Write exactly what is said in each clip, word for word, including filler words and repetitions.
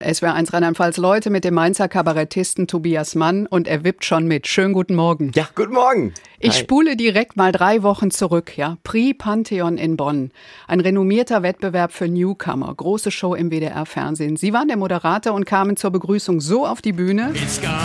S W R eins Rheinland-Pfalz Leute mit dem Mainzer Kabarettisten Tobias Mann und er wippt schon mit. Schönen guten Morgen. Ja, guten Morgen. Ich Hi. spule direkt mal drei Wochen zurück, ja. Prix Pantheon in Bonn. Ein renommierter Wettbewerb für Newcomer. Große Show im W D R-Fernsehen. Sie waren der Moderator und kamen zur Begrüßung so auf die Bühne. It's coming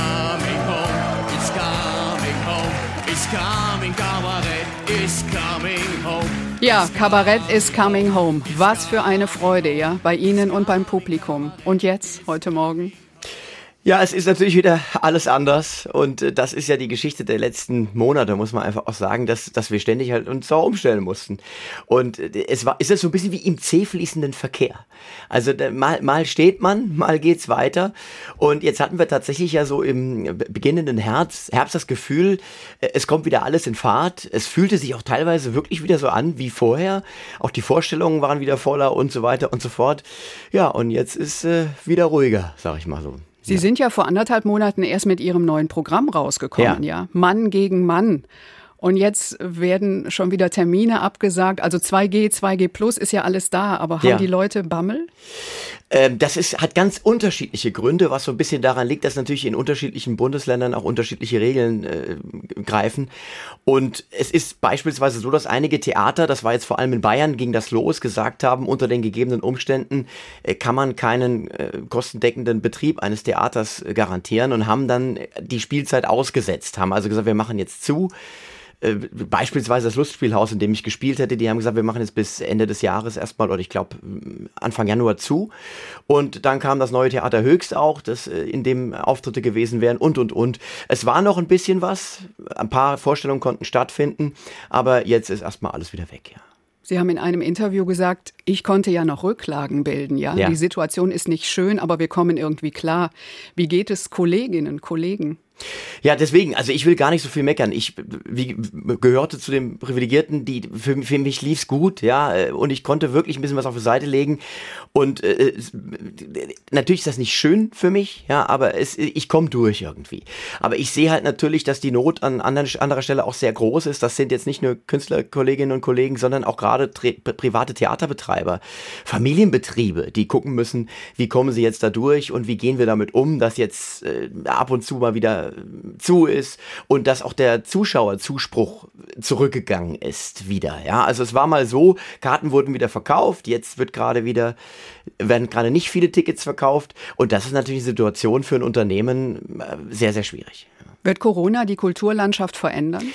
home, it's coming home, it's coming, Kabarett is coming home. Ja, Kabarett is coming home. Was für eine Freude, ja, bei Ihnen und beim Publikum. Und jetzt, heute Morgen? Ja, es ist natürlich wieder alles anders und äh, das ist ja die Geschichte der letzten Monate, muss man einfach auch sagen, dass dass wir ständig halt uns auch umstellen mussten. Und äh, es war ist es so ein bisschen wie im zäh fließenden Verkehr. Also da, mal mal steht man, mal geht's weiter und jetzt hatten wir tatsächlich ja so im beginnenden Herbst, Herbst das Gefühl, äh, es kommt wieder alles in Fahrt. Es fühlte sich auch teilweise wirklich wieder so an wie vorher. Auch die Vorstellungen waren wieder voller und so weiter und so fort. Ja, und jetzt ist äh, wieder ruhiger, sag ich mal so. Sie sind ja vor anderthalb Monaten erst mit Ihrem neuen Programm rausgekommen, ja. ja. Mann gegen Mann. Und jetzt werden schon wieder Termine abgesagt. Also zwei G, zwei G plus ist ja alles da. Aber haben ja. die Leute Bammel? Ähm, das ist, hat ganz unterschiedliche Gründe, was so ein bisschen daran liegt, dass natürlich in unterschiedlichen Bundesländern auch unterschiedliche Regeln äh, greifen. Und es ist beispielsweise so, dass einige Theater, das war jetzt vor allem in Bayern, ging das los, gesagt haben, unter den gegebenen Umständen äh, kann man keinen äh, kostendeckenden Betrieb eines Theaters äh, garantieren und haben dann die Spielzeit ausgesetzt, haben also gesagt, wir machen jetzt zu. Beispielsweise das Lustspielhaus, in dem ich gespielt hätte, die haben gesagt, wir machen jetzt bis Ende des Jahres erstmal, oder ich glaube Anfang Januar zu. Und dann kam das neue Theater Höchst auch, das in dem Auftritte gewesen wären und, und, und. Es war noch ein bisschen was, ein paar Vorstellungen konnten stattfinden, aber jetzt ist erstmal alles wieder weg, ja. Sie haben in einem Interview gesagt, ich konnte ja noch Rücklagen bilden, ja? ja. Die Situation ist nicht schön, aber wir kommen irgendwie klar. Wie geht es Kolleginnen, Kollegen? Ja, deswegen, also ich will gar nicht so viel meckern. Ich wie, gehörte zu den Privilegierten, die für, für mich lief's gut, ja, und ich konnte wirklich ein bisschen was auf die Seite legen. Und äh, natürlich ist das nicht schön für mich, ja, aber es, ich komme durch irgendwie. Aber ich sehe halt natürlich, dass die Not an anderen, anderer Stelle auch sehr groß ist. Das sind jetzt nicht nur Künstlerkolleginnen und Kollegen, sondern auch gerade tri- private Theaterbetreiber, Familienbetriebe, die gucken müssen, wie kommen sie jetzt da durch und wie gehen wir damit um, dass jetzt äh, ab und zu mal wieder zu ist und dass auch der Zuschauerzuspruch zurückgegangen ist wieder, ja, also es war mal so, Karten wurden wieder verkauft, jetzt wird gerade wieder, werden gerade nicht viele Tickets verkauft und das ist natürlich eine Situation für ein Unternehmen sehr, sehr schwierig. Wird Corona die Kulturlandschaft verändern?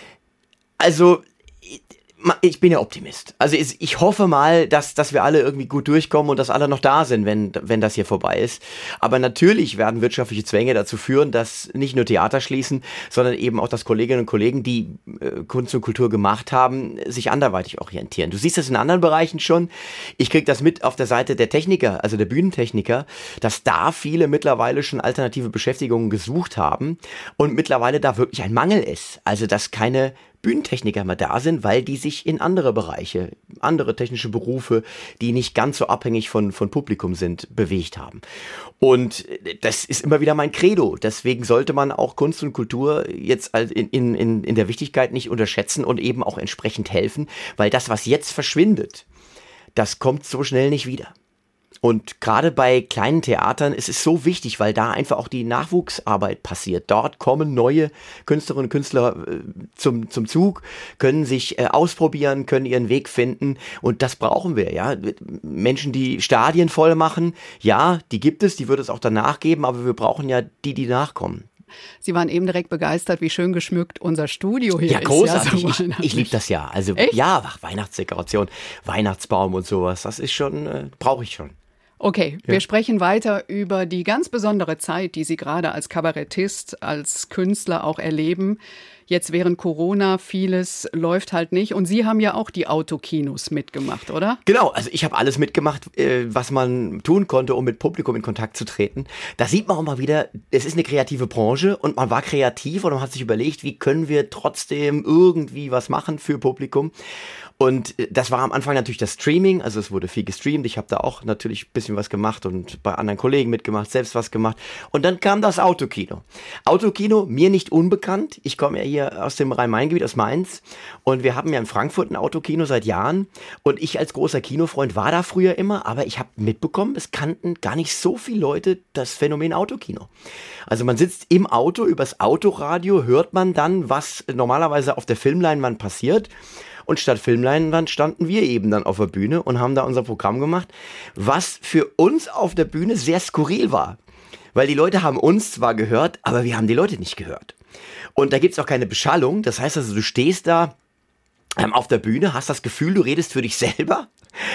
Also ich bin ja Optimist. Also ich hoffe mal, dass dass wir alle irgendwie gut durchkommen und dass alle noch da sind, wenn wenn das hier vorbei ist. Aber natürlich werden wirtschaftliche Zwänge dazu führen, dass nicht nur Theater schließen, sondern eben auch, dass Kolleginnen und Kollegen, die äh, Kunst und Kultur gemacht haben, sich anderweitig orientieren. Du siehst das in anderen Bereichen schon. Ich kriege das mit auf der Seite der Techniker, also der Bühnentechniker, dass da viele mittlerweile schon alternative Beschäftigungen gesucht haben und mittlerweile da wirklich ein Mangel ist. Also dass keine Bühnentechniker mal da sind, weil die sich in andere Bereiche, andere technische Berufe, die nicht ganz so abhängig von, von Publikum sind, bewegt haben. Und das ist immer wieder mein Credo. Deswegen sollte man auch Kunst und Kultur jetzt in, in, in der Wichtigkeit nicht unterschätzen und eben auch entsprechend helfen, weil das, was jetzt verschwindet, das kommt so schnell nicht wieder. Und gerade bei kleinen Theatern ist es so wichtig, weil da einfach auch die Nachwuchsarbeit passiert. Dort kommen neue Künstlerinnen und Künstler äh, zum, zum Zug, können sich äh, ausprobieren, können ihren Weg finden. Und das brauchen wir, ja. Menschen, die Stadien voll machen, ja, die gibt es, die wird es auch danach geben, aber wir brauchen ja die, die nachkommen. Sie waren eben direkt begeistert, wie schön geschmückt unser Studio hier ja, ist. Großartig. Ja, so ich ich liebe das ja. Also Echt? ja, ach, Weihnachtsdekoration, Weihnachtsbaum und sowas, das ist schon, äh, brauche ich schon. Okay, Ja. wir sprechen weiter über die ganz besondere Zeit, die Sie gerade als Kabarettist, als Künstler auch erleben. Jetzt während Corona, vieles läuft halt nicht. Und Sie haben ja auch die Autokinos mitgemacht, oder? Genau, also ich habe alles mitgemacht, äh, was man tun konnte, um mit Publikum in Kontakt zu treten. Da sieht man auch mal wieder, es ist eine kreative Branche und man war kreativ und man hat sich überlegt, wie können wir trotzdem irgendwie was machen für Publikum. Und das war am Anfang natürlich das Streaming, also es wurde viel gestreamt, ich habe da auch natürlich ein bisschen was gemacht und bei anderen Kollegen mitgemacht, selbst was gemacht. Und dann kam das Autokino. Autokino, mir nicht unbekannt, ich komme ja hier hier aus dem Rhein-Main-Gebiet, aus Mainz. Und wir haben ja in Frankfurt ein Autokino seit Jahren. Und ich als großer Kinofreund war da früher immer. Aber ich habe mitbekommen, es kannten gar nicht so viele Leute das Phänomen Autokino. Also man sitzt im Auto, übers Autoradio hört man dann, was normalerweise auf der Filmleinwand passiert. Und statt Filmleinwand standen wir eben dann auf der Bühne und haben da unser Programm gemacht, was für uns auf der Bühne sehr skurril war. Weil die Leute haben uns zwar gehört, aber wir haben die Leute nicht gehört. Und da gibt's auch keine Beschallung. Das heißt also, du stehst da ähm, auf der Bühne, hast das Gefühl, du redest für dich selber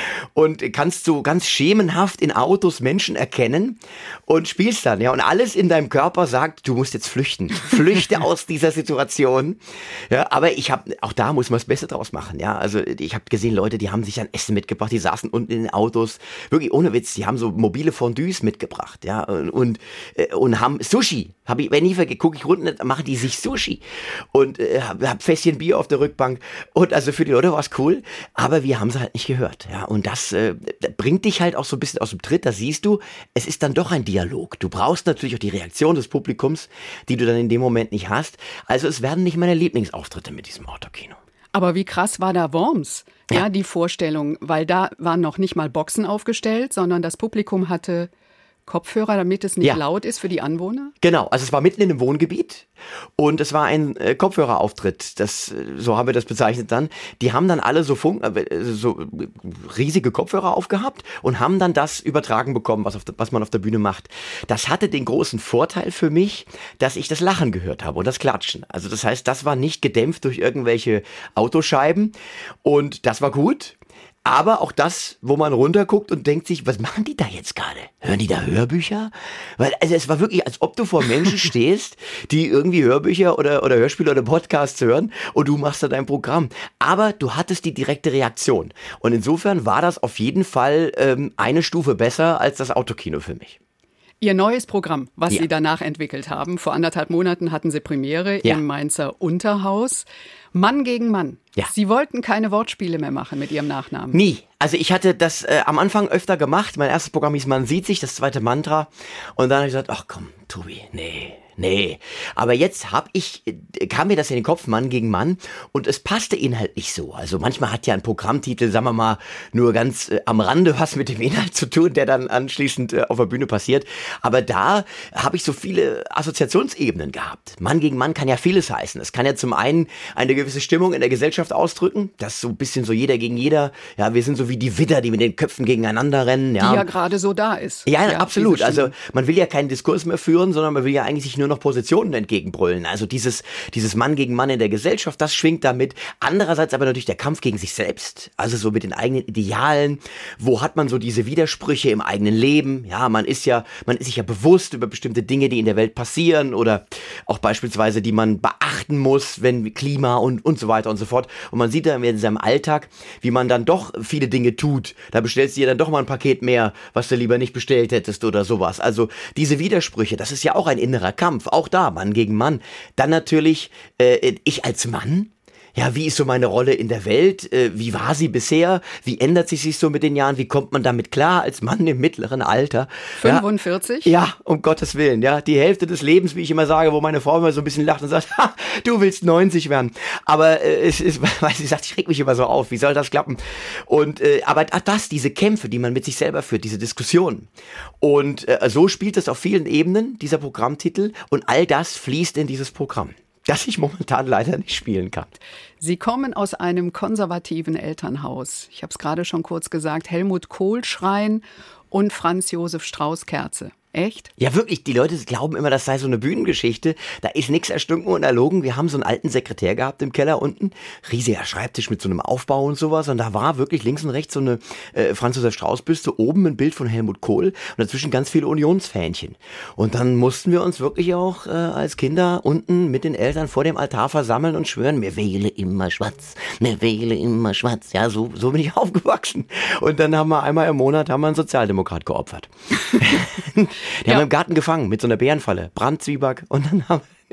und kannst so ganz schemenhaft in Autos Menschen erkennen und spielst dann, ja, und alles in deinem Körper sagt, du musst jetzt flüchten, flüchte aus dieser Situation, ja, aber ich habe, auch da muss man das Beste draus machen, ja, also ich habe gesehen, Leute, die haben sich dann Essen mitgebracht, die saßen unten in den Autos, wirklich ohne Witz, die haben so mobile Fondues mitgebracht, ja, und, und, und haben Sushi, habe ich, wenn ich vergesse, gucke ich runter, dann machen die sich Sushi und äh, hab, hab Fässchen Bier auf der Rückbank und also für die Leute war es cool, aber wir haben sie halt nicht gehört, ja, und das äh, bringt dich halt auch so ein bisschen aus dem Tritt, da siehst du, es ist dann doch ein Dialog. Du brauchst natürlich auch die Reaktion des Publikums, die du dann in dem Moment nicht hast. Also es werden nicht meine Lieblingsauftritte mit diesem Autokino. Aber wie krass war da Worms? Ja, Ja, die Vorstellung, weil da waren noch nicht mal Boxen aufgestellt, sondern das Publikum hatte Kopfhörer, damit es nicht Ja. laut ist für die Anwohner? Genau, also es war mitten in einem Wohngebiet und es war ein äh, Kopfhörerauftritt, das, äh, so haben wir das bezeichnet dann. Die haben dann alle so, Funk, äh, so äh, riesige Kopfhörer aufgehabt und haben dann das übertragen bekommen, was, auf der, was man auf der Bühne macht. Das hatte den großen Vorteil für mich, dass ich das Lachen gehört habe und das Klatschen. Also das heißt, das war nicht gedämpft durch irgendwelche Autoscheiben und das war gut. Aber auch das, wo man runterguckt und denkt sich, was machen die da jetzt gerade? Hören die da Hörbücher? Weil also es war wirklich, als ob du vor Menschen stehst, die irgendwie Hörbücher oder, oder Hörspiele oder Podcasts hören und du machst da dein Programm. Aber du hattest die direkte Reaktion. Und insofern war das auf jeden Fall ähm, eine Stufe besser als das Autokino für mich. Ihr neues Programm, was Ja. Sie danach entwickelt haben, vor anderthalb Monaten hatten Sie Premiere Ja. im Mainzer Unterhaus. Mann gegen Mann. Ja. Sie wollten keine Wortspiele mehr machen mit Ihrem Nachnamen. Nie. Also ich hatte das äh, am Anfang öfter gemacht. Mein erstes Programm hieß Man sieht sich, das zweite Mantra. Und dann habe ich gesagt, ach komm, Tobi, nee, nee. Aber jetzt hab ich, äh, kam mir das in den Kopf, Mann gegen Mann. Und es passte inhaltlich so. Also manchmal hat ja ein Programmtitel, sagen wir mal, nur ganz äh, am Rande was mit dem Inhalt zu tun, der dann anschließend äh, auf der Bühne passiert. Aber da habe ich so viele Assoziationsebenen gehabt. Mann gegen Mann kann ja vieles heißen. Es kann ja zum einen eine gewisse Stimmung in der Gesellschaft ausdrücken. Das ist so ein bisschen so jeder gegen jeder. Ja, wir sind so wie die Widder, die mit den Köpfen gegeneinander rennen. Ja, Die ja gerade so da ist. ja, absolut. diese Also Stimmung. man will ja keinen Diskurs mehr führen, sondern man will ja eigentlich sich nur noch Positionen entgegenbrüllen. Also dieses, dieses Mann gegen Mann in der Gesellschaft, das schwingt damit. Andererseits aber natürlich der Kampf gegen sich selbst. Also so mit den eigenen Idealen. Wo hat man so diese Widersprüche im eigenen Leben? Ja, man ist ja, man ist sich ja bewusst über bestimmte Dinge, die in der Welt passieren oder auch beispielsweise, die man beachten muss, wenn Klima und, und so weiter und so fort. Und man sieht da in seinem Alltag, wie man dann doch viele Dinge tut. Da bestellst du dir dann doch mal ein Paket mehr, was du lieber nicht bestellt hättest oder sowas. Also diese Widersprüche, das ist ja auch ein innerer Kampf. Auch da, Mann gegen Mann. Dann natürlich äh, ich als Mann. Ja, wie ist so meine Rolle in der Welt? Äh, wie war sie bisher? Wie ändert sie sich so mit den Jahren? Wie kommt man damit klar als Mann im mittleren Alter? Ja, fünfundvierzig? ja, um Gottes Willen, ja. Die Hälfte des Lebens, wie ich immer sage, wo meine Frau immer so ein bisschen lacht und sagt, ha, du willst neunzig werden. Aber äh, es ist, weil sie sagt, ich reg mich immer so auf, wie soll das klappen? Und, äh, aber das, diese Kämpfe, die man mit sich selber führt, diese Diskussionen. Und äh, so spielt es auf vielen Ebenen, dieser Programmtitel. Und all das fließt in dieses Programm, das ich momentan leider nicht spielen kann. Sie kommen aus einem konservativen Elternhaus. Ich habe es gerade schon kurz gesagt, Helmut Kohl Schrein und Franz Josef Strauß Kerze. Echt? Ja, wirklich, die Leute glauben immer, das sei so eine Bühnengeschichte. Da ist nichts erstunken und erlogen. Wir haben so einen alten Sekretär gehabt im Keller unten. Riesiger Schreibtisch mit so einem Aufbau und sowas. Und da war wirklich links und rechts so eine äh, Franz Josef Strauß Büste, oben ein Bild von Helmut Kohl und dazwischen ganz viele Unionsfähnchen. Und dann mussten wir uns wirklich auch äh, als Kinder unten mit den Eltern vor dem Altar versammeln und schwören, mir wähle immer schwarz, mir wähle immer schwarz. Ja, so, so bin ich aufgewachsen. Und dann haben wir einmal im Monat haben wir einen Sozialdemokrat geopfert. Die Ja. haben wir im Garten gefangen mit so einer Bärenfalle, Brandzwieback und dann haben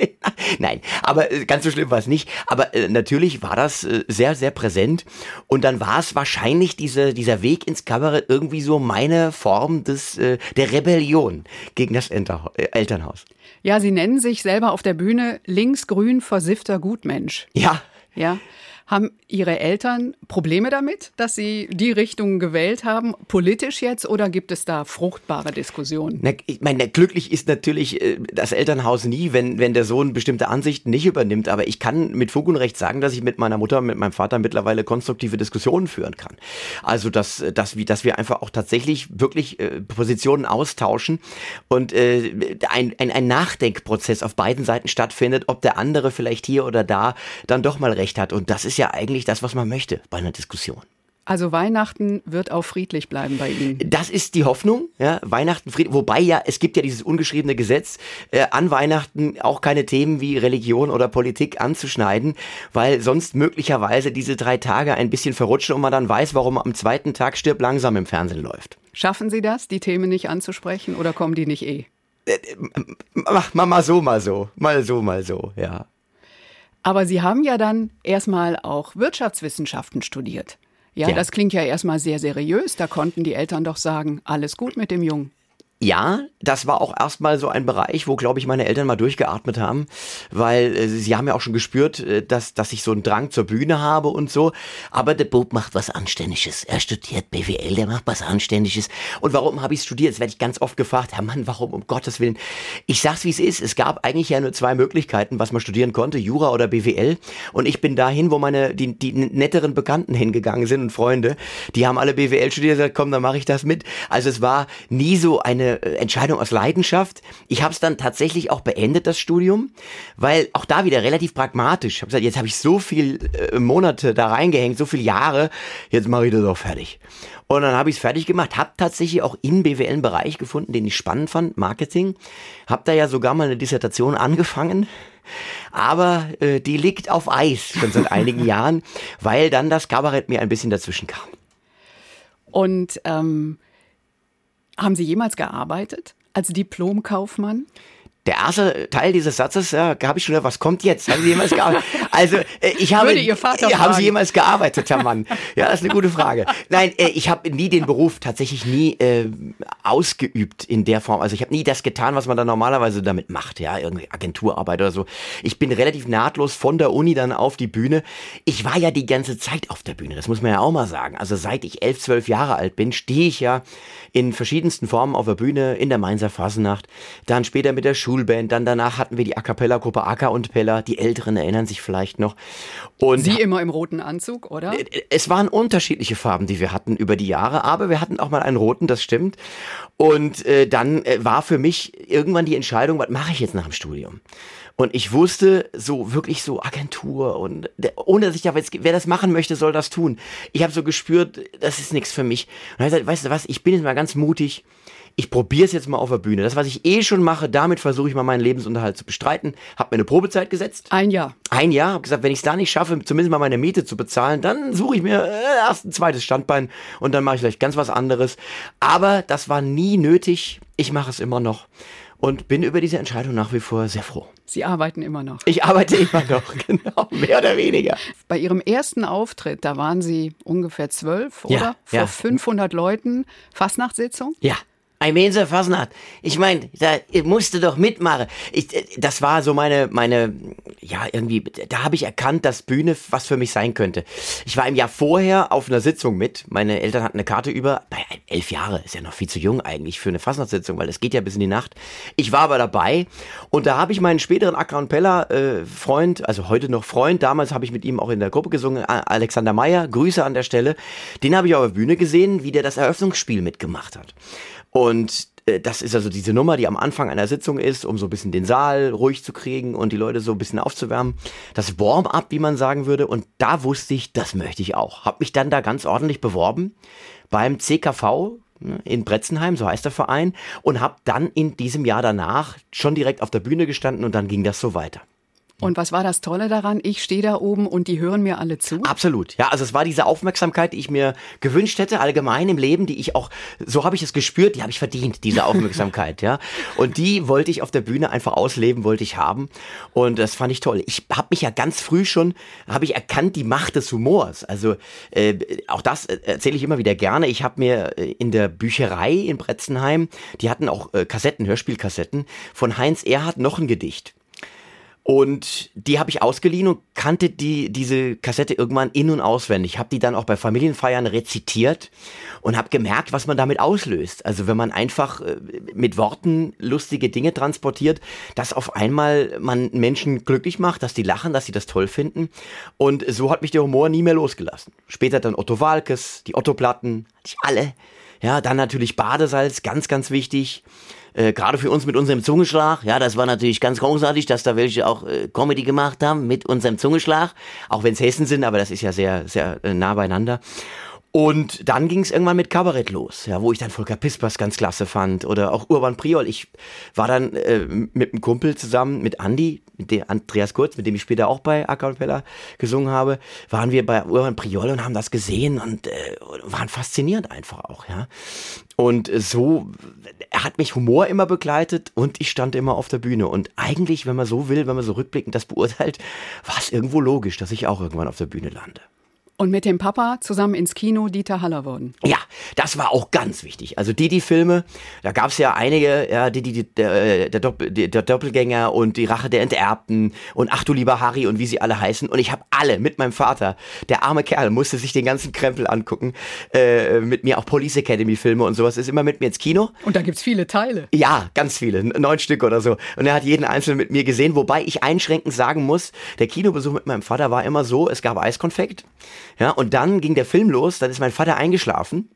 Nein, aber äh, ganz so schlimm war es nicht. Aber äh, natürlich war das äh, sehr, sehr präsent. Und dann war es wahrscheinlich diese, dieser Weg ins Kabarett irgendwie so meine Form des, äh, der Rebellion gegen das Enter- äh, Elternhaus. Ja, Sie nennen sich selber auf der Bühne linksgrün versiffter Gutmensch. Ja. Ja. Haben Ihre Eltern Probleme damit, dass Sie die Richtung gewählt haben, politisch jetzt, oder gibt es da fruchtbare Diskussionen? Na, ich meine, glücklich ist natürlich äh, das Elternhaus nie, wenn, wenn der Sohn bestimmte Ansichten nicht übernimmt. Aber ich kann mit Fug und Recht sagen, dass ich mit meiner Mutter, mit meinem Vater mittlerweile konstruktive Diskussionen führen kann. Also, dass, dass, wir, dass wir einfach auch tatsächlich wirklich äh, Positionen austauschen und äh, ein, ein, ein Nachdenkprozess auf beiden Seiten stattfindet, ob der andere vielleicht hier oder da dann doch mal recht hat. Und das ist ja eigentlich das, was man möchte bei einer Diskussion. Also Weihnachten wird auch friedlich bleiben bei Ihnen. Das ist die Hoffnung, ja, Weihnachten friedlich, wobei ja, es gibt ja dieses ungeschriebene Gesetz, äh, an Weihnachten auch keine Themen wie Religion oder Politik anzuschneiden, weil sonst möglicherweise diese drei Tage ein bisschen verrutschen und man dann weiß, warum am zweiten Tag Stirb langsam im Fernsehen läuft. Schaffen Sie das, die Themen nicht anzusprechen, oder kommen die nicht eh? Äh, mach mal, mal so, mal so, mal so, mal so, ja. Aber Sie haben ja dann erstmal auch Wirtschaftswissenschaften studiert. Ja, Ja. das klingt ja erstmal sehr seriös. Da konnten die Eltern doch sagen, alles gut mit dem Jungen. Ja, das war auch erstmal so ein Bereich, wo, glaube ich, meine Eltern mal durchgeatmet haben, weil äh, sie haben ja auch schon gespürt, äh, dass, dass ich so einen Drang zur Bühne habe und so. Aber der Bub macht was Anständiges. Er studiert B W L, der macht was Anständiges. Und warum habe ich studiert? Das werde ich ganz oft gefragt. Herr Mann, warum, um Gottes Willen? Ich sag's, wie es ist. Es gab eigentlich ja nur zwei Möglichkeiten, was man studieren konnte, Jura oder B W L. Und ich bin dahin, wo meine, die, die netteren Bekannten hingegangen sind und Freunde. Die haben alle B W L studiert und gesagt, komm, dann mache ich das mit. Also es war nie so eine Entscheidung aus Leidenschaft. Ich habe es dann tatsächlich auch beendet, das Studium, weil auch da wieder relativ pragmatisch. Ich habe gesagt, jetzt habe ich so viel äh, Monate da reingehängt, so viele Jahre, jetzt mache ich das auch fertig. Und dann habe ich es fertig gemacht, habe tatsächlich auch in B W L einen Bereich gefunden, den ich spannend fand, Marketing. Habe da ja sogar mal eine Dissertation angefangen, aber äh, die liegt auf Eis schon seit einigen Jahren, weil dann das Kabarett mir ein bisschen dazwischen kam. Und ähm, haben Sie jemals gearbeitet als Diplomkaufmann? Der erste Teil dieses Satzes, ja, habe ich schon gedacht, was kommt jetzt? Haben Sie jemals gearbeitet? Also, äh, ich habe, Würde Ihr Vater äh, haben fragen. Sie jemals gearbeitet, Herr Mann? Ja, das ist eine gute Frage. Nein, äh, ich habe nie den Beruf tatsächlich nie äh, ausgeübt in der Form. Also ich habe nie das getan, was man dann normalerweise damit macht, ja, irgendwie Agenturarbeit oder so. Ich bin relativ nahtlos von der Uni dann auf die Bühne. Ich war ja die ganze Zeit auf der Bühne, das muss man ja auch mal sagen. Also seit ich elf, zwölf Jahre alt bin, stehe ich ja in verschiedensten Formen auf der Bühne, in der Mainzer Fasnacht, dann später mit der Schulband, dann danach hatten wir die A Cappella-Gruppe Acker und Pella, die Älteren erinnern sich vielleicht noch. Und Sie immer im roten Anzug, oder? es waren unterschiedliche Farben, die wir hatten über die Jahre, aber wir hatten auch mal einen roten, das stimmt. Und äh, dann äh, war für mich irgendwann die Entscheidung, was mache ich jetzt nach dem Studium? Und ich wusste so wirklich so Agentur und ohne dass ich da jetzt, wer das machen möchte, soll das tun. Ich habe so gespürt, das ist nichts für mich. Und dann habe ich gesagt, weißt du was, ich bin jetzt mal ganz mutig. Ich probiere es jetzt mal auf der Bühne. Das, was ich eh schon mache, damit versuche ich mal meinen Lebensunterhalt zu bestreiten. Habe mir eine Probezeit gesetzt. Ein Jahr. Ein Jahr. Habe gesagt, wenn ich es da nicht schaffe, zumindest mal meine Miete zu bezahlen, dann suche ich mir äh, erst ein zweites Standbein und dann mache ich vielleicht ganz was anderes. Aber das war nie nötig. Ich mache es immer noch. Und bin über diese Entscheidung nach wie vor sehr froh. Sie arbeiten immer noch. Ich arbeite immer noch, genau, mehr oder weniger. Bei Ihrem ersten Auftritt, da waren Sie ungefähr zwölf, oder? Ja, Vor ja. fünfhundert Leuten, Fastnachtssitzung? Ja. Ein Mainzer Fasnacht. Ich meine, da ich musste doch mitmachen. Ich, das war so meine, meine, ja, irgendwie, da habe ich erkannt, dass Bühne was für mich sein könnte. Ich war im Jahr vorher auf einer Sitzung mit. Meine Eltern hatten eine Karte über. Bei elf Jahre ist ja noch viel zu jung eigentlich für eine Fasnachtssitzung, weil es geht ja bis in die Nacht. Ich war aber dabei und da habe ich meinen späteren Acker und Pella äh, Freund, also heute noch Freund, damals habe ich mit ihm auch in der Gruppe gesungen, Alexander Meyer, Grüße an der Stelle. Den habe ich auf der Bühne gesehen, wie der das Eröffnungsspiel mitgemacht hat. Und äh, das ist also diese Nummer, die am Anfang einer Sitzung ist, um so ein bisschen den Saal ruhig zu kriegen und die Leute so ein bisschen aufzuwärmen. Das Warm-up, wie man sagen würde. Und da wusste ich, das möchte ich auch. Hab mich dann da ganz ordentlich beworben beim C K V in Bretzenheim, so heißt der Verein. Und habe dann in diesem Jahr danach schon direkt auf der Bühne gestanden und dann ging das so weiter. Und was war das Tolle daran? Ich stehe da oben und die hören mir alle zu? Absolut. Ja, also es war diese Aufmerksamkeit, die ich mir gewünscht hätte, allgemein im Leben, die ich auch, so habe ich es gespürt, die habe ich verdient, diese Aufmerksamkeit, ja. Und die wollte ich auf der Bühne einfach ausleben, wollte ich haben. Und das fand ich toll. Ich habe mich ja ganz früh schon, habe ich erkannt, die Macht des Humors. Also äh, auch das erzähle ich immer wieder gerne. Ich habe mir in der Bücherei in Bretzenheim, die hatten auch äh, Kassetten, Hörspielkassetten, von Heinz Erhardt noch ein Gedicht. Und die habe ich ausgeliehen und kannte die diese Kassette irgendwann in- und auswendig. Ich habe die dann auch bei Familienfeiern rezitiert und habe gemerkt, was man damit auslöst. Also wenn man einfach äh, mit Worten lustige Dinge transportiert, dass auf einmal man Menschen glücklich macht, dass die lachen, dass sie das toll finden. Und so hat mich der Humor nie mehr losgelassen. Später dann Otto Waalkes, die Otto-Platten, hatte ich alle. Ja, dann natürlich Badesalz, ganz, ganz wichtig. Äh, gerade für uns mit unserem Zungenschlag, ja, das war natürlich ganz großartig, dass da welche auch äh, Comedy gemacht haben mit unserem Zungenschlag, auch wenn es Hessen sind, aber das ist ja sehr, sehr äh, nah beieinander. Und dann ging es irgendwann mit Kabarett los, ja, wo ich dann Volker Pispers ganz klasse fand oder auch Urban Priol. Ich war dann äh, mit einem Kumpel zusammen, mit Andi, mit dem Andreas Kurz, mit dem ich später auch bei A Cappella gesungen habe, waren wir bei Urban Priol und haben das gesehen und äh, waren fasziniert einfach auch, ja. Und so hat mich Humor immer begleitet und ich stand immer auf der Bühne. Und eigentlich, wenn man so will, wenn man so rückblickend das beurteilt, war es irgendwo logisch, dass ich auch irgendwann auf der Bühne lande. Und mit dem Papa zusammen ins Kino Dieter Hallervorden. Ja, das war auch ganz wichtig. Also Didi-Filme, da gab es ja einige, ja, Didi, der, der, Doppel, der Doppelgänger und die Rache der Enterbten und Ach du lieber Harry und wie sie alle heißen. Und ich habe alle mit meinem Vater, der arme Kerl, musste sich den ganzen Krempel angucken, äh, mit mir auch Police Academy-Filme und sowas, ist immer mit mir ins Kino. Und da gibt's viele Teile. Ja, ganz viele, neun Stück oder so. Und er hat jeden einzelnen mit mir gesehen, wobei ich einschränkend sagen muss, der Kinobesuch mit meinem Vater war immer so, es gab Eiskonfekt. Ja, und dann ging der Film los, dann ist mein Vater eingeschlafen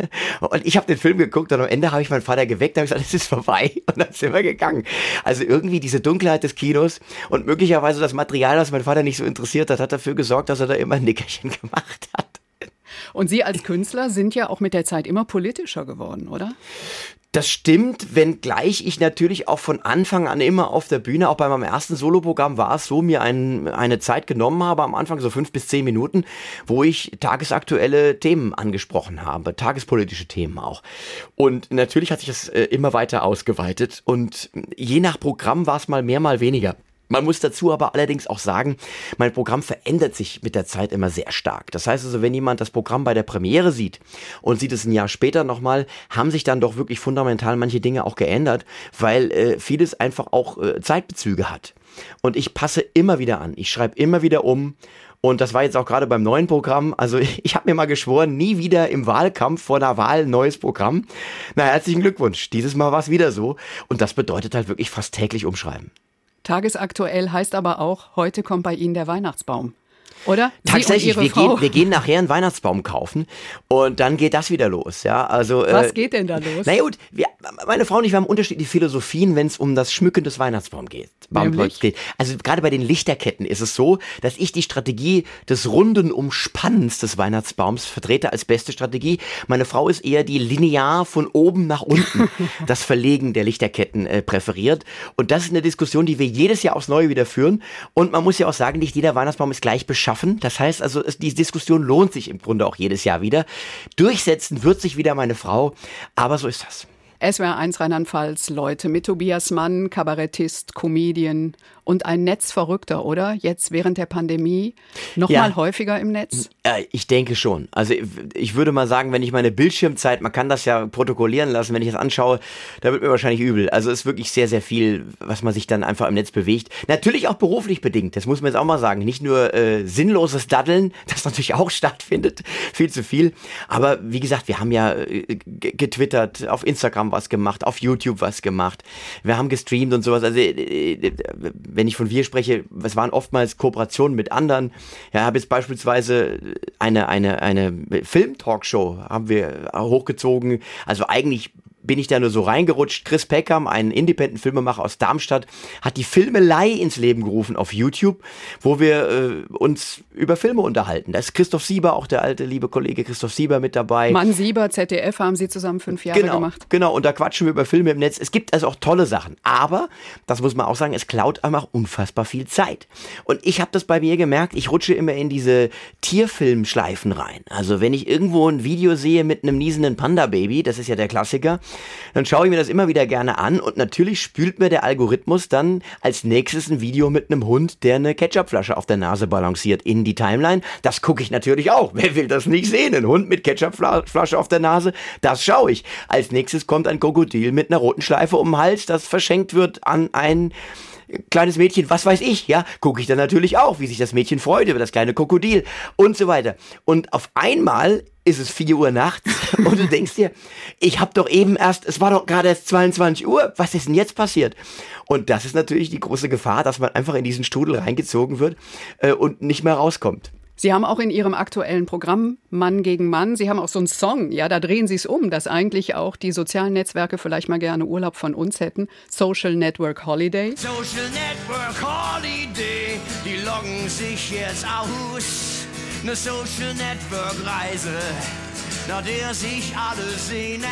und ich habe den Film geguckt und am Ende habe ich meinen Vater geweckt und habe gesagt, es ist vorbei und dann sind wir gegangen. Also irgendwie diese Dunkelheit des Kinos und möglicherweise das Material, das mein Vater nicht so interessiert hat, hat dafür gesorgt, dass er da immer ein Nickerchen gemacht hat. Und Sie als Künstler sind ja auch mit der Zeit immer politischer geworden, oder? Das stimmt, wenngleich ich natürlich auch von Anfang an immer auf der Bühne, auch bei meinem ersten Soloprogramm war es so, mir ein, eine Zeit genommen habe, am Anfang so fünf bis zehn Minuten, wo ich tagesaktuelle Themen angesprochen habe, tagespolitische Themen auch. Und natürlich hat sich das äh, immer weiter ausgeweitet und je nach Programm war es mal mehr, mal weniger. Man muss dazu aber allerdings auch sagen, mein Programm verändert sich mit der Zeit immer sehr stark. Das heißt also, wenn jemand das Programm bei der Premiere sieht und sieht es ein Jahr später nochmal, haben sich dann doch wirklich fundamental manche Dinge auch geändert, weil äh, vieles einfach auch äh, Zeitbezüge hat. Und ich passe immer wieder an, ich schreibe immer wieder um. Und das war jetzt auch gerade beim neuen Programm. Also ich, ich habe mir mal geschworen, nie wieder im Wahlkampf vor einer Wahl ein neues Programm. Na, herzlichen Glückwunsch. Dieses Mal war es wieder so. Und das bedeutet halt wirklich fast täglich umschreiben. Tagesaktuell heißt aber auch, heute kommt bei Ihnen der Weihnachtsbaum. Oder? Tatsächlich, wir gehen, wir gehen nachher einen Weihnachtsbaum kaufen und dann geht das wieder los. Ja, also, was äh, geht denn da los? Na gut, wir, meine Frau und ich, wir haben unterschiedliche Philosophien, wenn es um das Schmücken des Weihnachtsbaums geht. geht. Also gerade bei den Lichterketten ist es so, dass ich die Strategie des runden Umspannens des Weihnachtsbaums vertrete als beste Strategie. Meine Frau ist eher die linear von oben nach unten das Verlegen der Lichterketten äh, präferiert. Und das ist eine Diskussion, die wir jedes Jahr aufs Neue wieder führen. Und man muss ja auch sagen, nicht jeder Weihnachtsbaum ist gleich beschaffen. Das heißt also, es, die Diskussion lohnt sich im Grunde auch jedes Jahr wieder. Durchsetzen wird sich wieder meine Frau, aber so ist das. S W R eins Rheinland-Pfalz, Leute mit Tobias Mann, Kabarettist, Comedian und ein Netzverrückter, oder? Jetzt während der Pandemie noch ja. mal häufiger im Netz? Äh, ich denke schon. Also ich würde mal sagen, wenn ich meine Bildschirmzeit, man kann das ja protokollieren lassen, wenn ich das anschaue, da wird mir wahrscheinlich übel. Also es ist wirklich sehr, sehr viel, was man sich dann einfach im Netz bewegt. Natürlich auch beruflich bedingt, das muss man jetzt auch mal sagen. Nicht nur äh, sinnloses Daddeln, das natürlich auch stattfindet, viel zu viel. Aber wie gesagt, wir haben ja äh, getwittert, auf Instagram was gemacht, auf YouTube was gemacht. Wir haben gestreamt und sowas. Also äh, wenn ich von wir spreche, es waren oftmals Kooperationen mit anderen. Ja, habe jetzt beispielsweise eine eine eine Film-Talkshow haben wir hochgezogen. Also eigentlich bin ich da nur so reingerutscht. Chris Peckham, ein Independent-Filmemacher aus Darmstadt, hat die Filmelei ins Leben gerufen auf YouTube, wo wir äh, uns über Filme unterhalten. Da ist Christoph Sieber, auch der alte liebe Kollege Christoph Sieber mit dabei. Mann Sieber, Z D F haben sie zusammen fünf Jahre genau, gemacht. Genau, und da quatschen wir über Filme im Netz. Es gibt also auch tolle Sachen. Aber, das muss man auch sagen, es klaut einfach unfassbar viel Zeit. Und ich habe das bei mir gemerkt, ich rutsche immer in diese Tierfilmschleifen rein. Also wenn ich irgendwo ein Video sehe mit einem niesenden Panda-Baby, das ist ja der Klassiker, dann schaue ich mir das immer wieder gerne an und natürlich spült mir der Algorithmus dann als nächstes ein Video mit einem Hund, der eine Ketchupflasche auf der Nase balanciert, in die Timeline. Das gucke ich natürlich auch. Wer will das nicht sehen? Ein Hund mit Ketchupflasche auf der Nase, das schaue ich. Als nächstes kommt ein Krokodil mit einer roten Schleife um den Hals, das verschenkt wird an ein kleines Mädchen, was weiß ich, ja, gucke ich dann natürlich auch, wie sich das Mädchen freut über das kleine Krokodil und so weiter. Und auf einmal ist es vier Uhr nachts und du denkst dir, ich habe doch eben erst, es war doch gerade erst zweiundzwanzig Uhr, was ist denn jetzt passiert? Und das ist natürlich die große Gefahr, dass man einfach in diesen Strudel reingezogen wird äh, und nicht mehr rauskommt. Sie haben auch in Ihrem aktuellen Programm Mann gegen Mann, Sie haben auch so einen Song, ja, da drehen Sie es um, dass eigentlich auch die sozialen Netzwerke vielleicht mal gerne Urlaub von uns hätten. Social Network Holiday. Social Network Holiday, die loggen sich jetzt aus. Eine Social Network Reise, nach der sich alle sehnen.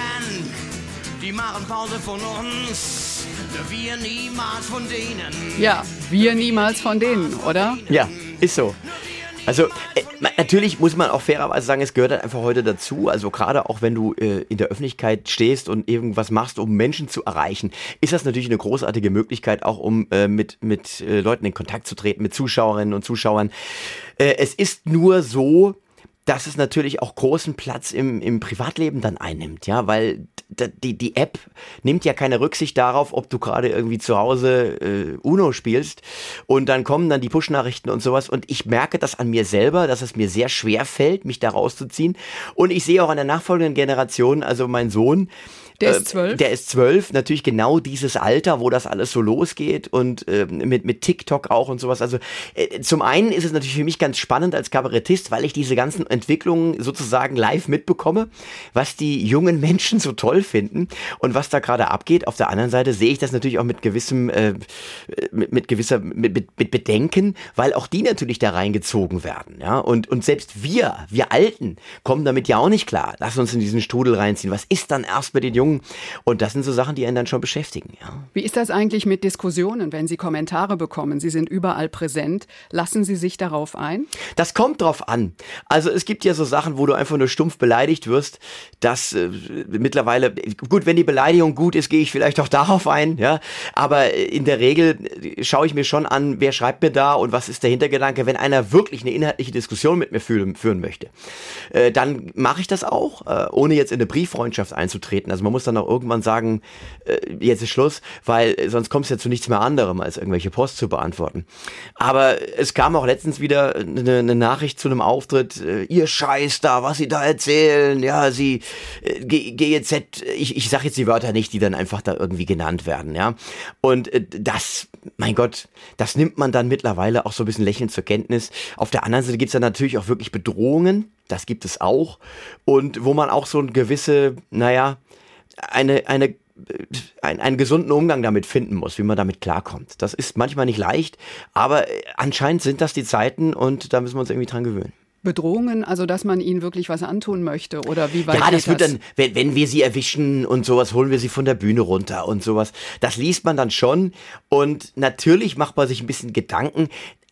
Die machen Pause von uns, wir niemals von denen. Ja, wir niemals von denen, oder? Ja, ist so. Also äh, natürlich muss man auch fairerweise sagen, es gehört halt einfach heute dazu, also gerade auch wenn du äh, in der Öffentlichkeit stehst und irgendwas machst, um Menschen zu erreichen, ist das natürlich eine großartige Möglichkeit, auch um äh, mit, mit äh, Leuten in Kontakt zu treten, mit Zuschauerinnen und Zuschauern. Äh, es ist nur so, dass es natürlich auch großen Platz im, im Privatleben dann einnimmt, ja, weil die, die App nimmt ja keine Rücksicht darauf, ob du gerade irgendwie zu Hause äh, Uno spielst und dann kommen dann die Push-Nachrichten und sowas und ich merke das an mir selber, dass es mir sehr schwer fällt, mich da rauszuziehen und ich sehe auch an der nachfolgenden Generation, also mein Sohn, Der ist zwölf. Der ist zwölf, natürlich genau dieses Alter, wo das alles so losgeht und äh, mit, mit TikTok auch und sowas. Also äh, zum einen ist es natürlich für mich ganz spannend als Kabarettist, weil ich diese ganzen Entwicklungen sozusagen live mitbekomme, was die jungen Menschen so toll finden und was da gerade abgeht. Auf der anderen Seite sehe ich das natürlich auch mit gewissem, äh, mit, mit gewisser, mit, mit, mit Bedenken, weil auch die natürlich da reingezogen werden. Ja? Und, und selbst wir, wir Alten, kommen damit ja auch nicht klar. Lass uns in diesen Strudel reinziehen. Was ist dann erst mit den Jungen? Und das sind so Sachen, die einen dann schon beschäftigen. Ja. Wie ist das eigentlich mit Diskussionen, wenn Sie Kommentare bekommen? Sie sind überall präsent. Lassen Sie sich darauf ein? Das kommt drauf an. Also es gibt ja so Sachen, wo du einfach nur stumpf beleidigt wirst. Das äh, mittlerweile, gut, wenn die Beleidigung gut ist, gehe ich vielleicht auch darauf ein. Ja. Aber in der Regel schaue ich mir schon an, wer schreibt mir da und was ist der Hintergedanke. Wenn einer wirklich eine inhaltliche Diskussion mit mir führen, führen möchte, äh, dann mache ich das auch, äh, ohne jetzt in eine Brieffreundschaft einzutreten. Also man muss dann auch irgendwann sagen, äh, jetzt ist Schluss, weil sonst kommst du ja zu nichts mehr anderem, als irgendwelche Post zu beantworten. Aber es kam auch letztens wieder eine, eine Nachricht zu einem Auftritt, äh, ihr Scheiß da, was sie da erzählen, ja, sie, äh, G E Z, ich, ich sag jetzt die Wörter nicht, die dann einfach da irgendwie genannt werden, ja. Und äh, das, mein Gott, das nimmt man dann mittlerweile auch so ein bisschen lächelnd zur Kenntnis. Auf der anderen Seite gibt's dann natürlich auch wirklich Bedrohungen, das gibt es auch. Und wo man auch so eine gewisse, naja, eine, eine, ein, einen gesunden Umgang damit finden muss, wie man damit klarkommt. Das ist manchmal nicht leicht, aber anscheinend sind das die Zeiten und da müssen wir uns irgendwie dran gewöhnen. Bedrohungen, also dass man ihnen wirklich was antun möchte oder wie weit Ja, das geht wird dann, wenn, wenn wir sie erwischen und sowas, holen wir sie von der Bühne runter und sowas. Das liest man dann schon und natürlich macht man sich ein bisschen Gedanken.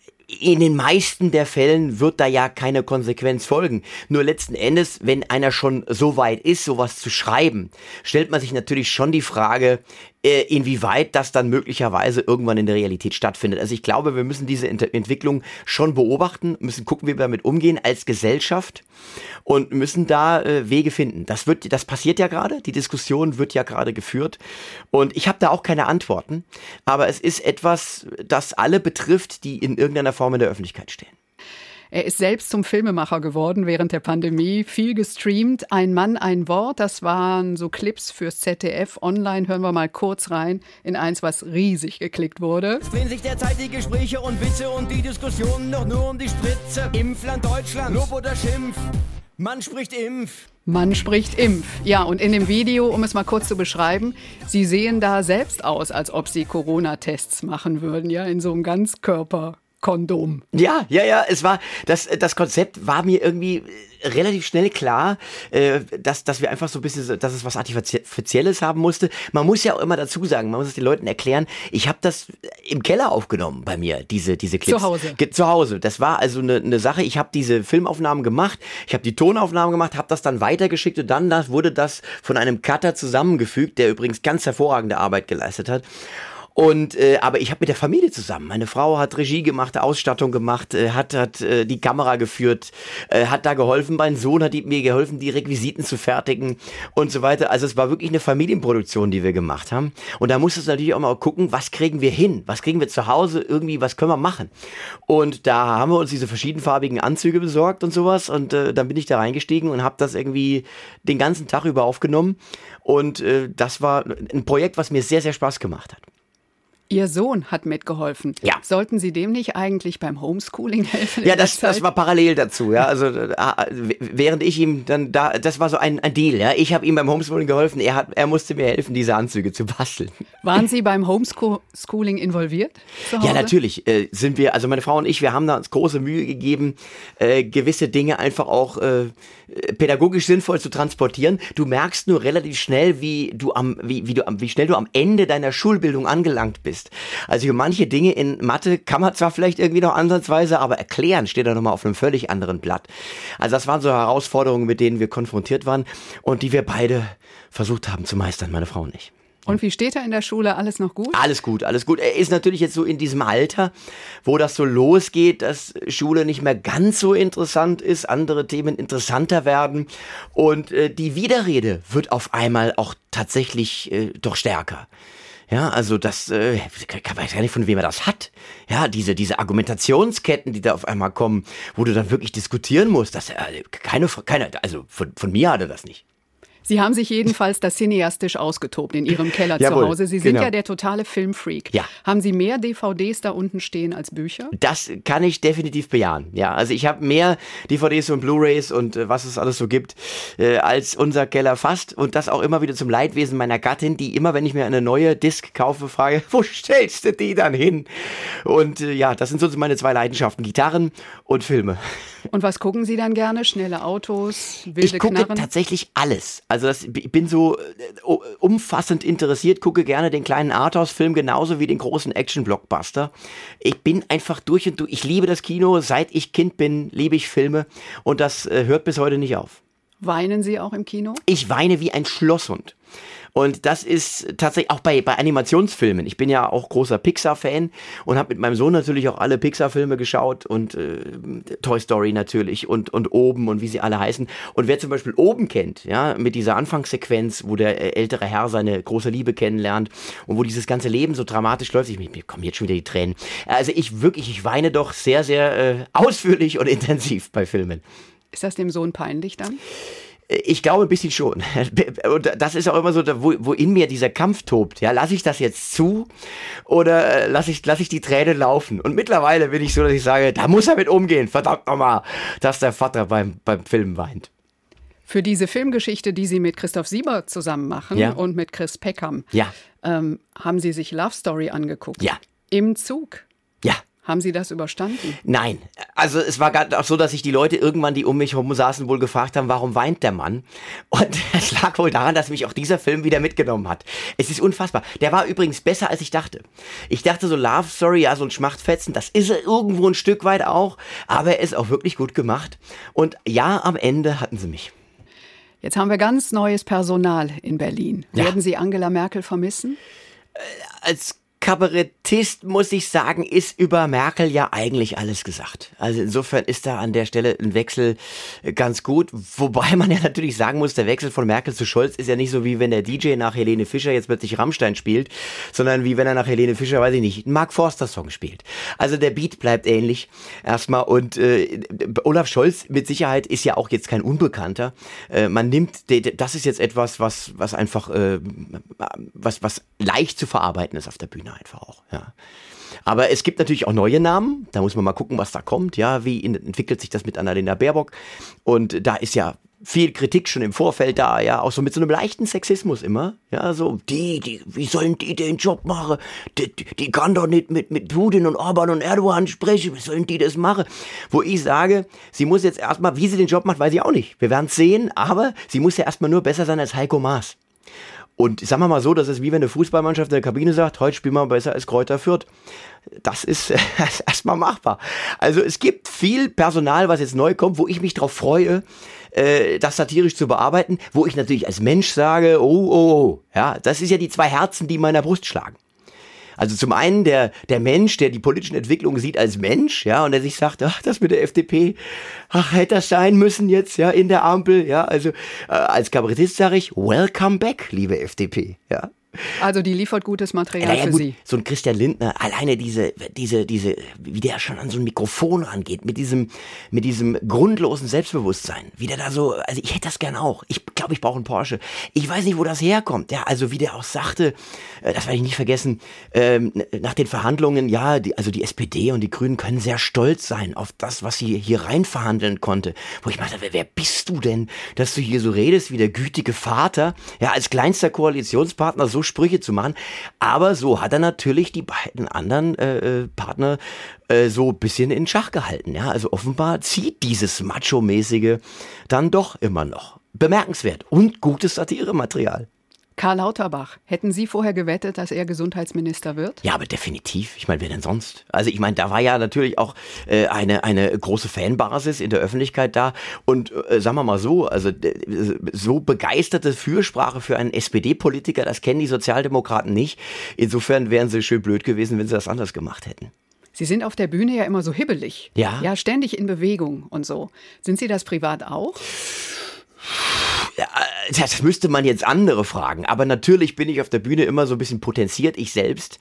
In den meisten der Fällen wird da ja keine Konsequenz folgen. Nur letzten Endes, wenn einer schon so weit ist, sowas zu schreiben, stellt man sich natürlich schon die Frage, äh, inwieweit das dann möglicherweise irgendwann in der Realität stattfindet. Also ich glaube, wir müssen diese Ent- Entwicklung schon beobachten, müssen gucken, wie wir damit umgehen als Gesellschaft und müssen da äh, Wege finden. Das wird, das passiert ja gerade, die Diskussion wird ja gerade geführt und ich habe da auch keine Antworten, aber es ist etwas, das alle betrifft, die in irgendeiner Form in der Öffentlichkeit stehen. Er ist selbst zum Filmemacher geworden während der Pandemie, viel gestreamt. Ein Mann, ein Wort, das waren so Clips fürs Z D F online. Hören wir mal kurz rein in eins, was riesig geklickt wurde. Es drehen sich derzeit die Gespräche und Witze und die Diskussionen noch nur um die Spritze. Impfland Deutschland, Lob oder Schimpf. Man spricht Impf. Man spricht Impf. Ja, und in dem Video, um es mal kurz zu beschreiben, Sie sehen da selbst aus, als ob Sie Corona-Tests machen würden, ja, in so einem Ganzkörper-Kondom. Ja, ja, ja, es war, das, das Konzept war mir irgendwie relativ schnell klar, äh, dass, dass wir einfach so ein bisschen, dass es was Artifizielles haben musste. Man muss ja auch immer dazu sagen, man muss es den Leuten erklären, ich habe das im Keller aufgenommen bei mir, diese, diese Clips. Zu Hause. Ge- zu Hause. Das war also eine, eine Sache, ich habe diese Filmaufnahmen gemacht, ich habe die Tonaufnahmen gemacht, habe das dann weitergeschickt und dann das, wurde das von einem Cutter zusammengefügt, der übrigens ganz hervorragende Arbeit geleistet hat. Und äh, aber ich habe mit der Familie zusammen. Meine Frau hat Regie gemacht, Ausstattung gemacht, äh, hat hat äh, die Kamera geführt, äh, hat da geholfen. Mein Sohn hat die, mir geholfen, die Requisiten zu fertigen und so weiter. Also es war wirklich eine Familienproduktion, die wir gemacht haben. Und da musstest du natürlich auch mal gucken, was kriegen wir hin? Was kriegen wir zu Hause irgendwie? Was können wir machen? Und da haben wir uns diese verschiedenfarbigen Anzüge besorgt und sowas. Und äh, dann bin ich da reingestiegen und habe das irgendwie den ganzen Tag über aufgenommen. Und äh, das war ein Projekt, was mir sehr, sehr Spaß gemacht hat. Ihr Sohn hat mitgeholfen. Ja. Sollten Sie dem nicht eigentlich beim Homeschooling helfen? Ja, das, das war parallel dazu. Ja, also äh, während ich ihm dann da, das war so ein, ein Deal. Ja, ich habe ihm beim Homeschooling geholfen. Er hat, er musste mir helfen, diese Anzüge zu basteln. Waren Sie beim Homeschooling involviert? Zu Hause? Ja, natürlich äh, sind wir. Also meine Frau und ich, wir haben da uns große Mühe gegeben, äh, gewisse Dinge einfach auch äh, pädagogisch sinnvoll zu transportieren. Du merkst nur relativ schnell, wie du am, wie, wie du am, wie schnell du am Ende deiner Schulbildung angelangt bist. Also manche Dinge in Mathe kann man zwar vielleicht irgendwie noch ansatzweise, aber erklären steht da nochmal auf einem völlig anderen Blatt. Also das waren so Herausforderungen, mit denen wir konfrontiert waren und die wir beide versucht haben zu meistern, meine Frau und ich. Und wie steht er in der Schule? Alles noch gut? Alles gut, alles gut. Er ist natürlich jetzt so in diesem Alter, wo das so losgeht, dass Schule nicht mehr ganz so interessant ist, andere Themen interessanter werden und äh, die Widerrede wird auf einmal auch tatsächlich äh, doch stärker. Ja, also das, äh, ich weiß gar nicht, von wem er das hat. Ja, diese diese Argumentationsketten, die da auf einmal kommen, wo du dann wirklich diskutieren musst, das, äh, keine, keine, also von, von mir hat er das nicht. Sie haben sich jedenfalls da cineastisch ausgetobt in Ihrem Keller Jawohl, zu Hause. Sie sind genau. ja der totale Filmfreak. Ja. Haben Sie mehr D V Ds da unten stehen als Bücher? Das kann ich definitiv bejahen. Ja, also ich habe mehr D V Ds und Blu-rays und äh, was es alles so gibt, äh, als unser Keller fast. Und das auch immer wieder zum Leidwesen meiner Gattin, die immer, wenn ich mir eine neue Disc kaufe, frage, wo stellst du die dann hin? Und äh, ja, das sind so meine zwei Leidenschaften, Gitarren und Filme. Und was gucken Sie dann gerne? Schnelle Autos, wilde Ich gucke Knarren? tatsächlich alles. Also das, ich bin so äh, umfassend interessiert, gucke gerne den kleinen Arthouse-Film genauso wie den großen Action-Blockbuster. Ich bin einfach durch und durch. Ich liebe das Kino. Seit ich Kind bin, liebe ich Filme. Und das äh, hört bis heute nicht auf. Weinen Sie auch im Kino? Ich weine wie ein Schlosshund. Und das ist tatsächlich auch bei, bei Animationsfilmen. Ich bin ja auch großer Pixar-Fan und habe mit meinem Sohn natürlich auch alle Pixar-Filme geschaut und äh, Toy Story natürlich und, und Oben und wie sie alle heißen. Und wer zum Beispiel Oben kennt, ja, mit dieser Anfangssequenz, wo der ältere Herr seine große Liebe kennenlernt und wo dieses ganze Leben so dramatisch läuft, ich, mir kommen jetzt schon wieder die Tränen. Also ich wirklich, ich weine doch sehr, sehr äh, ausführlich und intensiv bei Filmen. Ist das dem Sohn peinlich dann? Ich glaube ein bisschen schon. Und das ist auch immer so, wo, wo in mir dieser Kampf tobt. Ja, lasse ich das jetzt zu oder lasse ich, lasse ich die Tränen laufen? Und mittlerweile bin ich so, dass ich sage, da muss er mit umgehen. Verdammt nochmal, dass der Vater beim, beim Filmen weint. Für diese Filmgeschichte, die Sie mit Christoph Sieber zusammen machen Ja. und mit Chris Peckham, Ja. ähm, haben Sie sich Love Story angeguckt? Ja. Im Zug? Ja. Haben Sie das überstanden? Nein, also es war gerade auch so, dass sich die Leute irgendwann, die um mich herum saßen, wohl gefragt haben, warum weint der Mann? Und es lag wohl daran, dass mich auch dieser Film wieder mitgenommen hat. Es ist unfassbar. Der war übrigens besser, als ich dachte. Ich dachte so, Love Story, ja, so ein Schmachtfetzen, das ist er irgendwo ein Stück weit auch, aber er ist auch wirklich gut gemacht. Und ja, am Ende hatten sie mich. Jetzt haben wir ganz neues Personal in Berlin. Ja. Werden Sie Angela Merkel vermissen? Als Kabarettist, muss ich sagen, ist über Merkel ja eigentlich alles gesagt. Also insofern ist da an der Stelle ein Wechsel ganz gut. Wobei man ja natürlich sagen muss, der Wechsel von Merkel zu Scholz ist ja nicht so, wie wenn der D J nach Helene Fischer jetzt plötzlich Rammstein spielt, sondern wie wenn er nach Helene Fischer, weiß ich nicht, einen Mark Forster-Song spielt. Also der Beat bleibt ähnlich erstmal. Und äh, Olaf Scholz mit Sicherheit ist ja auch jetzt kein Unbekannter. Äh, man nimmt, das ist jetzt etwas, was, was einfach, äh, was, was leicht zu verarbeiten ist auf der Bühne. einfach auch, ja. Aber es gibt natürlich auch neue Namen, da muss man mal gucken, was da kommt, ja, wie entwickelt sich das mit Annalena Baerbock und da ist ja viel Kritik schon im Vorfeld da, ja, auch so mit so einem leichten Sexismus immer, ja, so, die, die, wie sollen die den Job machen? Die, die, die kann doch nicht mit, mit Putin und Orban und Erdogan sprechen, wie sollen die das machen? Wo ich sage, sie muss jetzt erstmal, wie sie den Job macht, weiß ich auch nicht. Wir werden es sehen, aber sie muss ja erstmal nur besser sein als Heiko Maas. Und sagen wir mal so, das ist wie wenn eine Fußballmannschaft in der Kabine sagt, heute spielen wir besser als Kräuter Fürth. Das ist, das ist erstmal machbar. Also es gibt viel Personal, was jetzt neu kommt, wo ich mich drauf freue, äh, das satirisch zu bearbeiten, wo ich natürlich als Mensch sage, oh, oh, oh, ja, das ist ja die zwei Herzen, die in meiner Brust schlagen. Also zum einen der, der Mensch, der die politischen Entwicklungen sieht als Mensch, ja, und der sich sagt, ach, das mit der F D P, ach, hätte das sein müssen jetzt, ja, in der Ampel, ja, also äh, als Kabarettist sage ich, welcome back, liebe F D P, ja. Also die liefert gutes Material ja, ja, für gut, Sie. So ein Christian Lindner, alleine diese, diese, diese, wie der schon an so ein Mikrofon rangeht, mit diesem, mit diesem grundlosen Selbstbewusstsein, wie der da so, also ich hätte das gern auch. Ich glaube, ich brauche einen Porsche. Ich weiß nicht, wo das herkommt. Ja, also wie der auch sagte, äh, das werde ich nicht vergessen, ähm, nach den Verhandlungen, ja, die, also die S P D und die Grünen können sehr stolz sein auf das, was sie hier rein verhandeln konnte. Wo ich meinte, wer, wer bist du denn, dass du hier so redest wie der gütige Vater, ja, als kleinster Koalitionspartner so Sprüche zu machen, aber so hat er natürlich die beiden anderen äh, Partner äh, so ein bisschen in Schach gehalten, ja, also offenbar zieht dieses Macho-mäßige dann doch immer noch. Bemerkenswert und gutes Satirematerial. Karl Lauterbach, hätten Sie vorher gewettet, dass er Gesundheitsminister wird? Ja, aber definitiv. Ich meine, wer denn sonst? Also ich meine, da war ja natürlich auch äh, eine eine große Fanbasis in der Öffentlichkeit da und äh, sagen wir mal so, also äh, so begeisterte Fürsprache für einen S P D-Politiker, das kennen die Sozialdemokraten nicht. Insofern wären sie schön blöd gewesen, wenn sie das anders gemacht hätten. Sie sind auf der Bühne ja immer so hibbelig. Ja. Ja, ständig in Bewegung und so. Sind Sie das privat auch? Ja, das müsste man jetzt andere fragen, aber natürlich bin ich auf der Bühne immer so ein bisschen potenziert, ich selbst.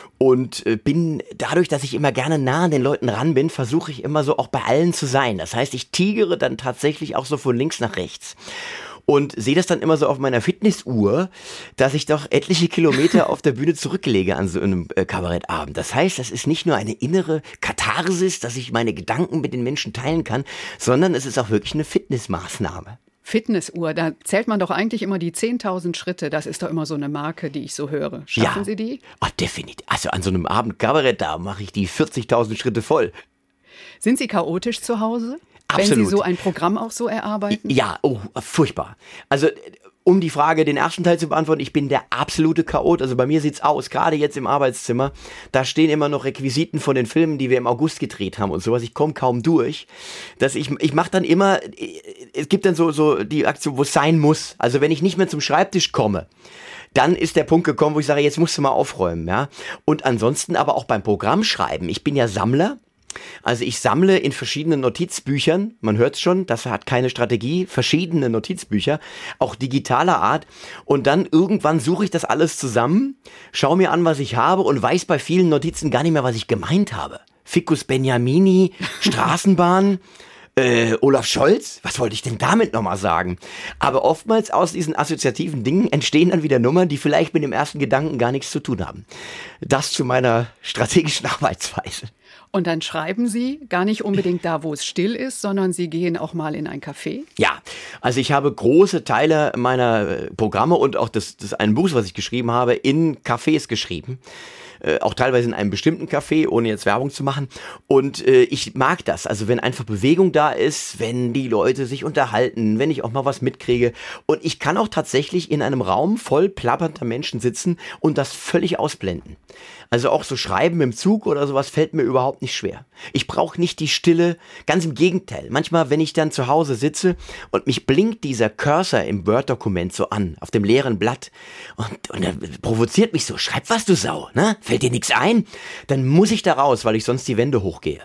Und bin dadurch, dass ich immer gerne nah an den Leuten ran bin, versuche ich immer so auch bei allen zu sein. Das heißt, ich tigere dann tatsächlich auch so von links nach rechts. Und sehe das dann immer so auf meiner Fitnessuhr, dass ich doch etliche Kilometer auf der Bühne zurücklege an so einem äh, Kabarettabend. Das heißt, das ist nicht nur eine innere Katharsis, dass ich meine Gedanken mit den Menschen teilen kann, sondern es ist auch wirklich eine Fitnessmaßnahme. Fitnessuhr, da zählt man doch eigentlich immer die zehntausend Schritte. Das ist doch immer so eine Marke, die ich so höre. Schaffen ja. Sie die? Ach, definitiv. Also an so einem Abend Kabarett, da mache ich die vierzigtausend Schritte voll. Sind Sie chaotisch zu Hause? Absolut. Wenn Sie so ein Programm auch so erarbeiten? Ja, oh, furchtbar. Also um die Frage, den ersten Teil zu beantworten, ich bin der absolute Chaot. Also bei mir sieht's aus, gerade jetzt im Arbeitszimmer, da stehen immer noch Requisiten von den Filmen, die wir im August gedreht haben und sowas. Ich komme kaum durch. Dass ich ich mache dann immer, es gibt dann so so die Aktion, wo es sein muss. Also wenn ich nicht mehr zum Schreibtisch komme, dann ist der Punkt gekommen, wo ich sage, jetzt musst du mal aufräumen, ja. Und ansonsten aber auch beim Programmschreiben. Ich bin ja Sammler. Also ich sammle in verschiedenen Notizbüchern, man hört es schon, das hat keine Strategie, verschiedene Notizbücher, auch digitaler Art und dann irgendwann suche ich das alles zusammen, schaue mir an, was ich habe und weiß bei vielen Notizen gar nicht mehr, was ich gemeint habe. Ficus Beniamini, Straßenbahn, äh, Olaf Scholz, was wollte ich denn damit nochmal sagen? Aber oftmals aus diesen assoziativen Dingen entstehen dann wieder Nummern, die vielleicht mit dem ersten Gedanken gar nichts zu tun haben. Das zu meiner strategischen Arbeitsweise. Und dann schreiben Sie gar nicht unbedingt da, wo es still ist, sondern Sie gehen auch mal in ein Café? Ja, also ich habe große Teile meiner Programme und auch des, des einen Buchs, was ich geschrieben habe, in Cafés geschrieben. Äh, auch teilweise in einem bestimmten Café, ohne jetzt Werbung zu machen. Und äh, ich mag das. Also wenn einfach Bewegung da ist, wenn die Leute sich unterhalten, wenn ich auch mal was mitkriege. Und ich kann auch tatsächlich in einem Raum voll plappernder Menschen sitzen und das völlig ausblenden. Also auch so Schreiben im Zug oder sowas fällt mir überhaupt nicht schwer. Ich brauche nicht die Stille, ganz im Gegenteil. Manchmal, wenn ich dann zu Hause sitze und mich blinkt dieser Cursor im Word-Dokument so an, auf dem leeren Blatt und, und dann provoziert mich so, schreib was, du Sau, ne? Fällt dir nichts ein? Dann muss ich da raus, weil ich sonst die Wände hochgehe.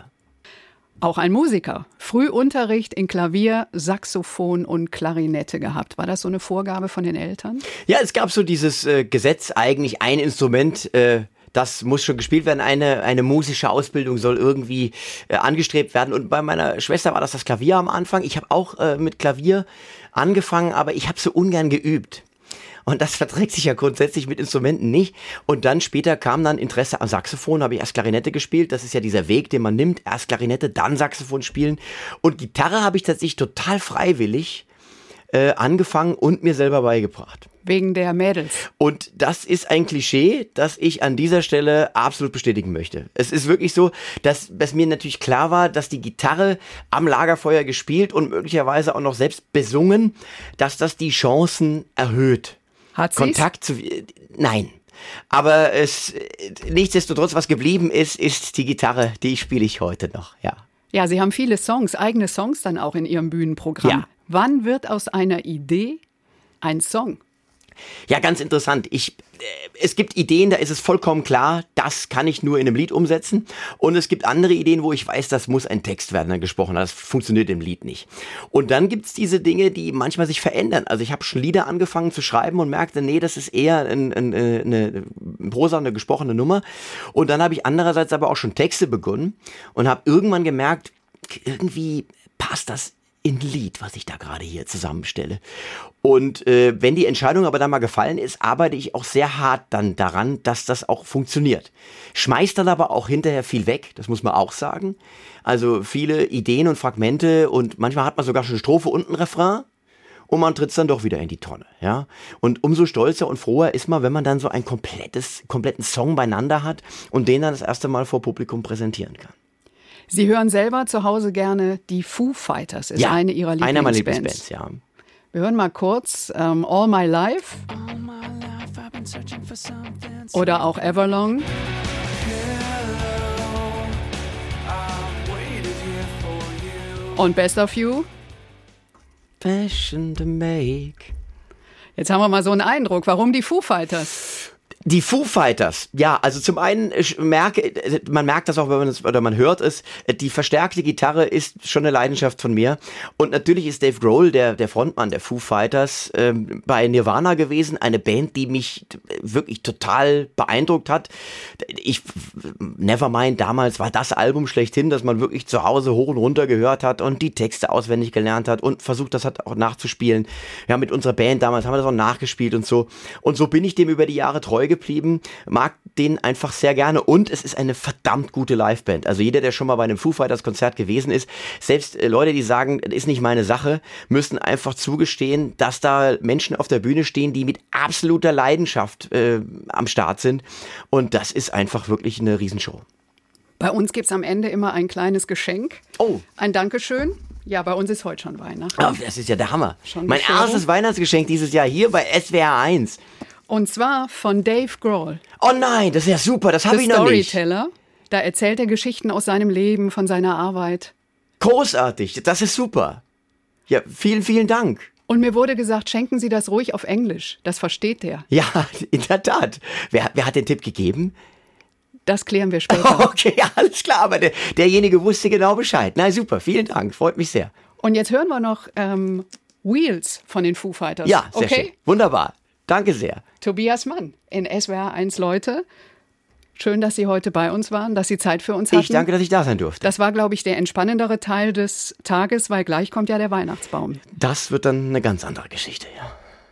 Auch ein Musiker. Früh Unterricht in Klavier, Saxophon und Klarinette gehabt. War das so eine Vorgabe von den Eltern? Ja, es gab so dieses äh, Gesetz, eigentlich ein Instrument, äh, das muss schon gespielt werden. Eine, eine musische Ausbildung soll irgendwie äh, angestrebt werden. Und bei meiner Schwester war das das Klavier am Anfang. Ich habe auch äh, mit Klavier angefangen, aber ich habe so ungern geübt. Und das verträgt sich ja grundsätzlich mit Instrumenten nicht. Und dann später kam dann Interesse am Saxophon, habe ich erst Klarinette gespielt. Das ist ja dieser Weg, den man nimmt. Erst Klarinette, dann Saxophon spielen. Und Gitarre habe ich tatsächlich total freiwillig äh, angefangen und mir selber beigebracht. Wegen der Mädels. Und das ist ein Klischee, das ich an dieser Stelle absolut bestätigen möchte. Es ist wirklich so, dass, dass mir natürlich klar war, dass die Gitarre am Lagerfeuer gespielt und möglicherweise auch noch selbst besungen, dass das die Chancen erhöht. Hat sie's? Kontakt zu... Nein. Aber es nichtsdestotrotz, was geblieben ist, ist die Gitarre, die spiele ich heute noch, ja. Ja, Sie haben viele Songs, eigene Songs dann auch in Ihrem Bühnenprogramm. Ja. Wann wird aus einer Idee ein Song? Ja, ganz interessant. Ich, äh, es gibt Ideen, da ist es vollkommen klar, das kann ich nur in einem Lied umsetzen. Und es gibt andere Ideen, wo ich weiß, das muss ein Text werden, dann gesprochen. Das funktioniert im Lied nicht. Und dann gibt's diese Dinge, die manchmal sich verändern. Also ich habe schon Lieder angefangen zu schreiben und merkte, nee, das ist eher ein, ein, eine Prosa, eine gesprochene Nummer. Und dann habe ich andererseits aber auch schon Texte begonnen und habe irgendwann gemerkt, irgendwie passt das in Lied, was ich da gerade hier zusammenstelle. Und äh, wenn die Entscheidung aber dann mal gefallen ist, arbeite ich auch sehr hart dann daran, dass das auch funktioniert. Schmeißt dann aber auch hinterher viel weg, das muss man auch sagen. Also viele Ideen und Fragmente und manchmal hat man sogar schon Strophe und ein Refrain und man tritt's dann doch wieder in die Tonne. Ja? Und umso stolzer und froher ist man, wenn man dann so ein komplettes, kompletten Song beieinander hat und den dann das erste Mal vor Publikum präsentieren kann. Sie hören selber zu Hause gerne die Foo Fighters, ist ja, eine Ihrer Lieblingsbands. Einer meiner Lieblingsbands, ja. Wir hören mal kurz ähm, All My Life oder auch Everlong. Und Best of You. Passion to make. Jetzt haben wir mal so einen Eindruck. Warum die Foo Fighters? Die Foo Fighters, ja, also zum einen ich merke, man merkt das auch, wenn man es oder man hört es, die verstärkte Gitarre ist schon eine Leidenschaft von mir und natürlich ist Dave Grohl, der der Frontmann der Foo Fighters, ähm, bei Nirvana gewesen, eine Band, die mich wirklich total beeindruckt hat. Ich Nevermind damals war das Album schlechthin, das man wirklich zu Hause hoch und runter gehört hat und die Texte auswendig gelernt hat und versucht, das hat auch nachzuspielen. Ja, mit unserer Band damals haben wir das auch nachgespielt und so und so bin ich dem über die Jahre treu geblieben, mag den einfach sehr gerne und es ist eine verdammt gute Liveband. Also jeder, der schon mal bei einem Foo Fighters Konzert gewesen ist, selbst äh, Leute, die sagen, das ist nicht meine Sache, müssen einfach zugestehen, dass da Menschen auf der Bühne stehen, die mit absoluter Leidenschaft äh, am Start sind und das ist einfach wirklich eine Riesenshow. Bei uns gibt's am Ende immer ein kleines Geschenk. Oh. Ein Dankeschön. Ja, bei uns ist heute schon Weihnachten. Oh, das ist ja der Hammer. Schon mein Bescherung? erstes Weihnachtsgeschenk dieses Jahr hier bei S W R eins. Und zwar von Dave Grohl. Oh nein, das ist ja super, das habe The ich noch nicht. Storyteller. Da erzählt er Geschichten aus seinem Leben, von seiner Arbeit. Großartig, das ist super. Ja, vielen, vielen Dank. Und mir wurde gesagt, schenken Sie das ruhig auf Englisch. Das versteht der. Ja, in der Tat. Wer, wer hat den Tipp gegeben? Das klären wir später. Okay, alles klar, aber der, derjenige wusste genau Bescheid. Na super, vielen Dank, freut mich sehr. Und jetzt hören wir noch ähm, Wheels von den Foo Fighters. Ja, sehr okay? schön. Wunderbar. Danke sehr. Tobias Mann in S W R eins Leute. Schön, dass Sie heute bei uns waren, dass Sie Zeit für uns hatten. Ich danke, dass ich da sein durfte. Das war, glaube ich, der entspannendere Teil des Tages, weil gleich kommt ja der Weihnachtsbaum. Das wird dann eine ganz andere Geschichte, ja.